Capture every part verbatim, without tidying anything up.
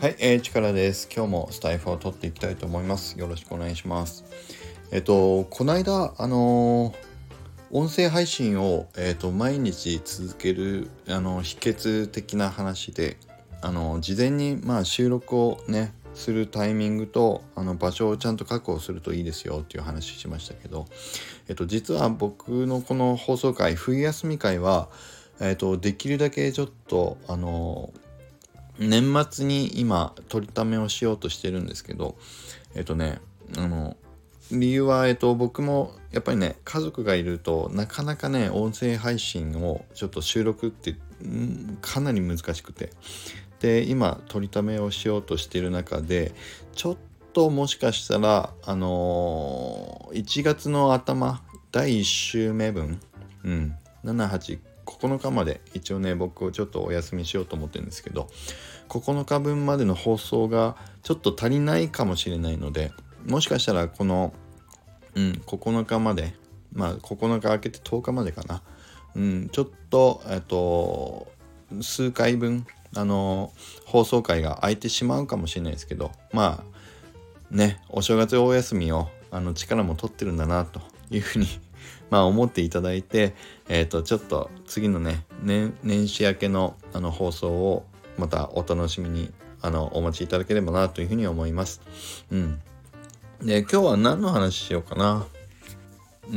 はい、えー、力です。今日もスタイフを取っていきたいと思います。よろしくお願いします。えっと、この間、あのー、音声配信を、えっと、毎日続ける、あの、秘訣的な話で、あの、事前に、まあ、収録をね、するタイミングと、あの、場所をちゃんと確保するといいですよっていう話しましたけど、えっと、実は僕のこの放送回、冬休み会は、えっと、できるだけちょっと、あのー、年末に今取りためをしようとしてるんですけど、えっとねあの理由は、えっと僕もやっぱりね家族がいるとなかなかね音声配信をちょっと収録ってんかなり難しくて、で今取りためをしようとしている中でちょっともしかしたらあのー、いちがつの頭だいいっ週目分、うん、なな、はち、ここのかまで一応ね僕ちょっとお休みしようと思ってるんですけど、ここのかぶんまでの放送がちょっと足りないかもしれないので、もしかしたらこの、うん、ここのかまで、まあここのか明けてとおかまでかな、うん、ちょっとえっと数回分あの放送回が空いてしまうかもしれないですけど、まあねお正月大休みをあの力も取ってるんだなというふうにまあ思っていただいて、えっとちょっと次のね年年始明けのあの放送をまたお楽しみにあのお待ちいただければなというふうに思います。うん。で今日は何の話しようかな。うん、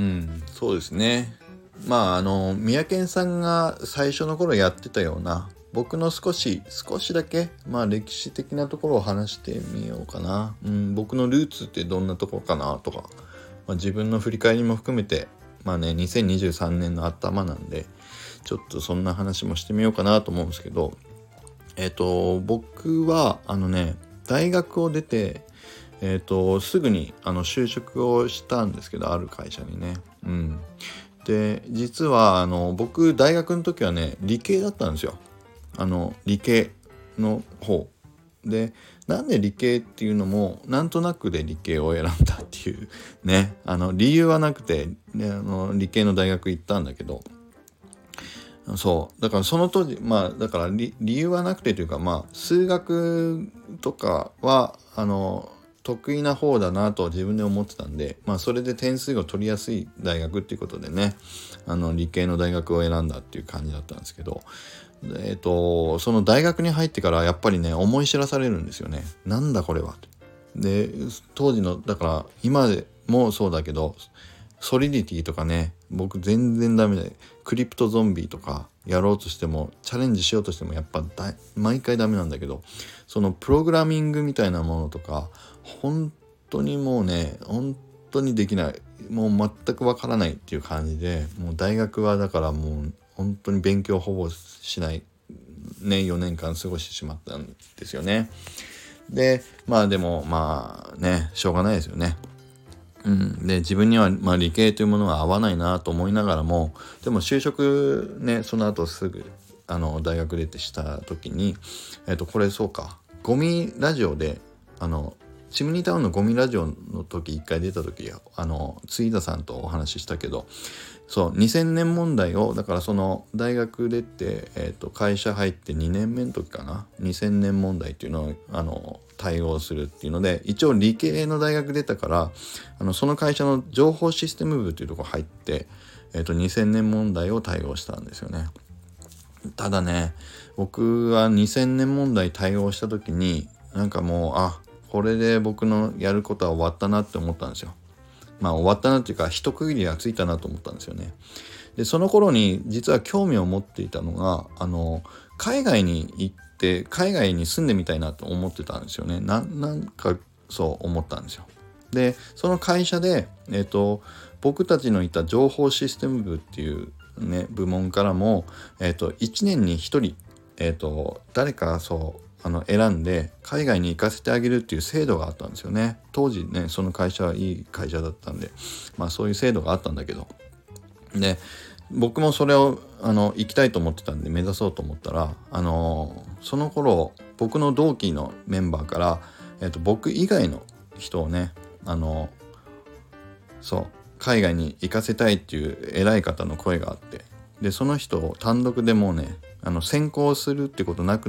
そうですね。まああの三宅さんが最初の頃やってたような僕の少し少しだけまあ歴史的なところを話してみようかな。うん、僕のルーツってどんなところかなとか、まあ、自分の振り返りも含めてまあねにせんにじゅうさんねんの頭なんでちょっとそんな話もしてみようかなと思うんですけど。えっと僕はあのね大学を出てえっとすぐにあの就職をしたんですけど、ある会社にね。うん。で実はあの僕大学の時はね理系だったんですよ。あの理系の方で、なんで理系っていうのもなんとなくで理系を選んだっていうね、あの理由はなくて、ね、あの理系の大学行ったんだけど。そうだからその当時まあだから 理, 理由はなくてというか、まあ数学とかはあの得意な方だなと自分で思ってたんで、まあそれで点数が取りやすい大学っていうことでね、あの理系の大学を選んだっていう感じだったんですけど、えっとその大学に入ってからやっぱりね思い知らされるんですよね。なんだこれは。で当時のだから今でもそうだけどソリディティとかね僕全然ダメで、クリプトゾンビとかやろうとしてもチャレンジしようとしてもやっぱだ毎回ダメなんだけど、そのプログラミングみたいなものとか本当にもうね本当にできない、もう全くわからないっていう感じで、もう大学はだからもう本当に勉強ほぼしないねよねんかん過ごしてしまったんですよね。でまあでもまあねしょうがないですよね。うん、で自分にはまあ理系というものは合わないなと思いながらも、でも就職ねその後すぐあの大学出てした時に、えっとこれそうかゴミラジオであのチムニータウンのゴミラジオの時一回出た時あのツ田さんとお話ししたけど、そうにせんねん問題をだからその大学出て、えー、と会社入ってにねんめの時かな、にせんねん問題っていうのをあの対応するっていうので、一応理系の大学出たからあのその会社の情報システム部っていうところ入って、えー、とにせんねん問題を対応したんですよね。ただね僕はにせんねん問題対応した時になんかもうあこれで僕のやることは終わったなって思ったんですよ。まあ終わったなっていうか一区切りがついたなと思ったんですよね。でその頃に実は興味を持っていたのがあの海外に行って海外に住んでみたいなと思ってたんですよね。ななんかそう思ったんですよ。でその会社で、えーと、僕たちのいた情報システム部っていうね部門からも、えーと、いちねんにひとり、えーと、誰かそうあの選んで海外に行かせてあげるっていう制度があったんですよね。当時ねその会社はいい会社だったんで、まあそういう制度があったんだけど、で僕もそれをあの行きたいと思ってたんで目指そうと思ったら、あのその頃僕の同期のメンバーから、えーと、僕以外の人をねあのそう海外に行かせたいっていう偉い方の声があって、でその人を単独でもうねあの選考するってことなくな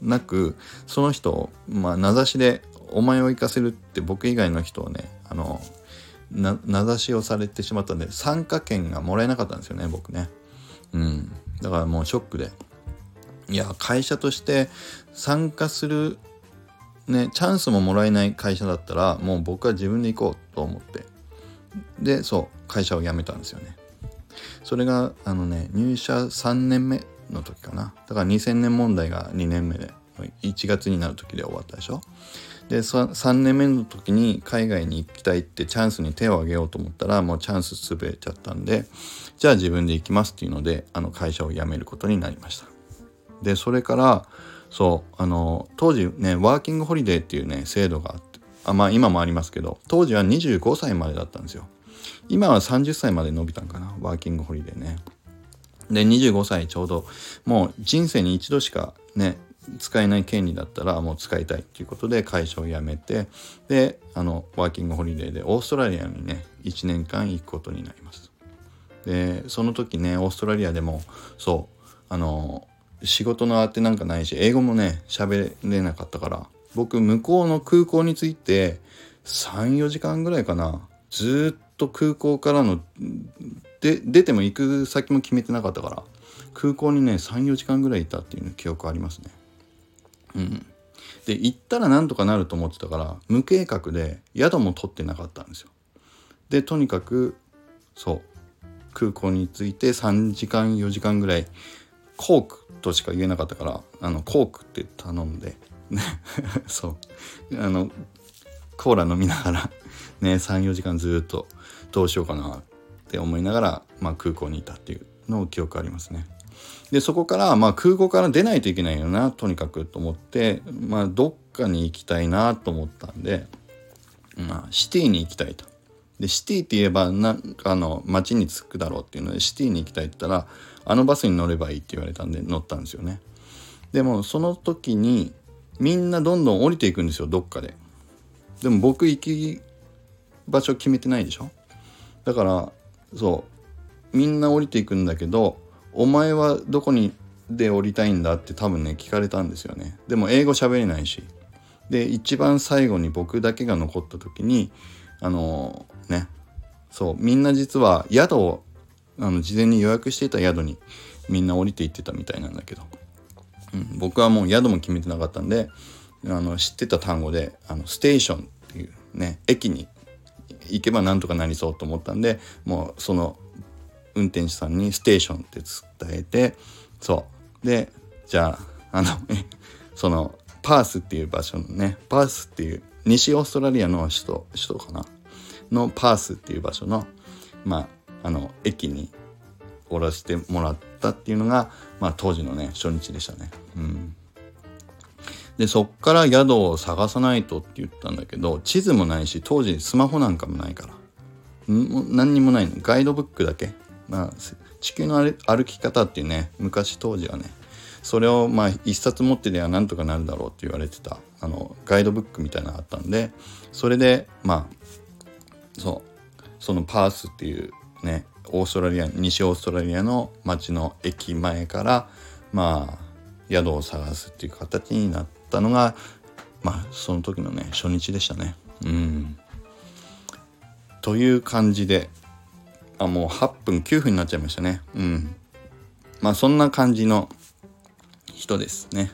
なく、その人をまあ名指しでお前を行かせるって僕以外の人をねあのな名指しをされてしまったんで、参加券がもらえなかったんですよね僕ね。うんだからもうショックで、いや会社として参加するねチャンスももらえない会社だったらもう僕は自分で行こうと思って、でそう会社を辞めたんですよね。それがあのね入社さんねんめの時かな。だからにせんねん問題がにねんめでいちがつになる時で終わったでしょ。でさんねんめの時に海外に行きたいってチャンスに手を挙げようと思ったらもうチャンス潰れちゃったんで、じゃあ自分で行きますっていうのであの会社を辞めることになりました。でそれからそうあの当時ねワーキングホリデーっていうね制度があって、あまあ今もありますけど、当時はにじゅうごさいまでだったんですよ。今はさんじゅっさいまで伸びたんかな、ワーキングホリデーね。でにじゅうごさいちょうどもう人生に一度しかね使えない権利だったらもう使いたいっていうことで会社を辞めて、であのワーキングホリデーでオーストラリアにねいちねんかん行くことになります。でその時ねオーストラリアでもそうあの仕事のあてなんかないし英語もね喋れなかったから、僕向こうの空港に着いてさんよじかんぐらいかな、ずっと空港からので出ても行く先も決めてなかったから空港にねさんよじかんぐらいいたっていう記憶ありますね。うん、で行ったらなんとかなると思ってたから無計画で宿も取ってなかったんですよ。でとにかくそう空港に着いてさんじかんよじかんぐらいコークとしか言えなかったからあのコークって頼んでねそうあのコーラ飲みながらねさんよじかんずっとどうしようかなって思いながら、まあ、空港にいたっていうのを記憶ありますね。でそこからまあ空港から出ないといけないよなとにかくと思って、まあどっかに行きたいなと思ったんで、まあシティに行きたいと。でシティって言えばなんかあの街に着くだろうっていうのでシティに行きたいって言ったらあのバスに乗ればいいって言われたんで乗ったんですよね。でもその時にみんなどんどん降りていくんですよどっかで。でも僕行き場所決めてないでしょ。だからそうみんな降りていくんだけどお前はどこにで降りたいんだって多分ね聞かれたんですよね。でも英語喋れないし、で一番最後に僕だけが残った時にあのー、ねそうみんな実は宿をあの事前に予約していた宿にみんな降りていってたみたいなんだけど、うん、僕はもう宿も決めてなかったんであの知ってた単語であのステーションっていうね駅に行けばなんとかなりそうと思ったんでもうその運転手さんにステーションって伝えて、そうでじゃああのそのパースっていう場所のねパースっていう西オーストラリアの首都首都かなのパースっていう場所のまああの駅に降ろしてもらったっていうのがまあ当時のね初日でしたね。うんでそっから宿を探さないとって言ったんだけど地図もないし当時スマホなんかもないからん何にもないの、ガイドブックだけ、まあ、地球の歩き方っていうね昔当時はねそれをまあ一冊持ってではなんとかなるだろうって言われてたあのガイドブックみたいなのがあったんでそれでまあそうそのパースっていうねオーストラリア西オーストラリアの町の駅前からまあ宿を探すっていう形になったのがまあその時のね初日でしたね。うんという感じであもうはっぷんきゅうふんになっちゃいましたね。うんまあそんな感じの人ですね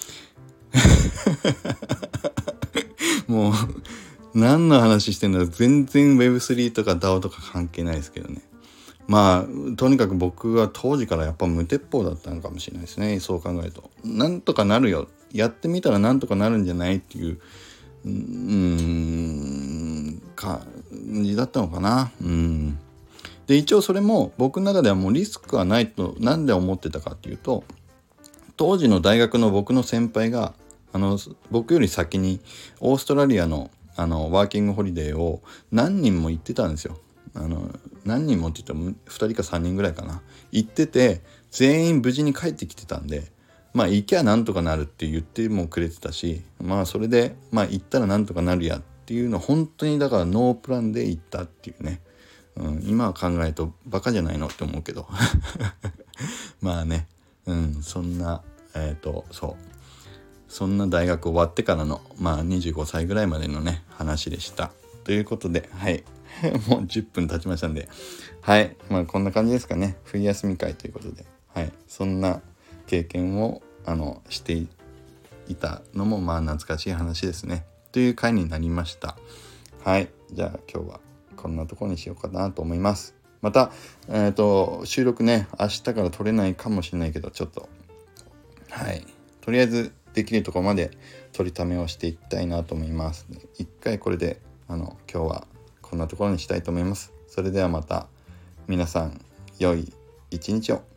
もう何の話してんだろう、全然 ウェブスリー とか ダオ とか関係ないですけどね。まあとにかく僕は当時からやっぱ無鉄砲だったのかもしれないですね。そう考えるとなんとかなるよ、やってみたらなんとかなるんじゃないっていううーん感じだったのかな。うんで一応それも僕の中ではもうリスクはないとなんで思ってたかっていうと、当時の大学の僕の先輩があの僕より先にオーストラリアのあのワーキングホリデーを何人も行ってたんですよ。あの何人もって言ってもふたりかさんにんぐらいかな行ってて、全員無事に帰ってきてたんで、まあ行きゃなんとかなるって言ってもくれてたし、まあそれでまあ行ったらなんとかなるやっていうの本当にだからノープランで行ったっていうね、うん、今は考えるとバカじゃないのって思うけどまあね、うん、そんなえっとそうそんな大学終わってからのまあにじゅうごさいぐらいまでのね話でした。ということで、はいもうじゅっぷん経ちましたんで、はいまあこんな感じですかね。冬休み会ということで、はいそんな経験をあのしていたのもまあ懐かしい話ですねという回になりました。はい、じゃあ今日はこんなところにしようかなと思います。また、えーと、収録ね明日から撮れないかもしれないけど、ちょっとはいとりあえずできるところまで取りためをしていきたいなと思います。一回これであの今日はこんなところにしたいと思います。それではまた皆さん良い一日を。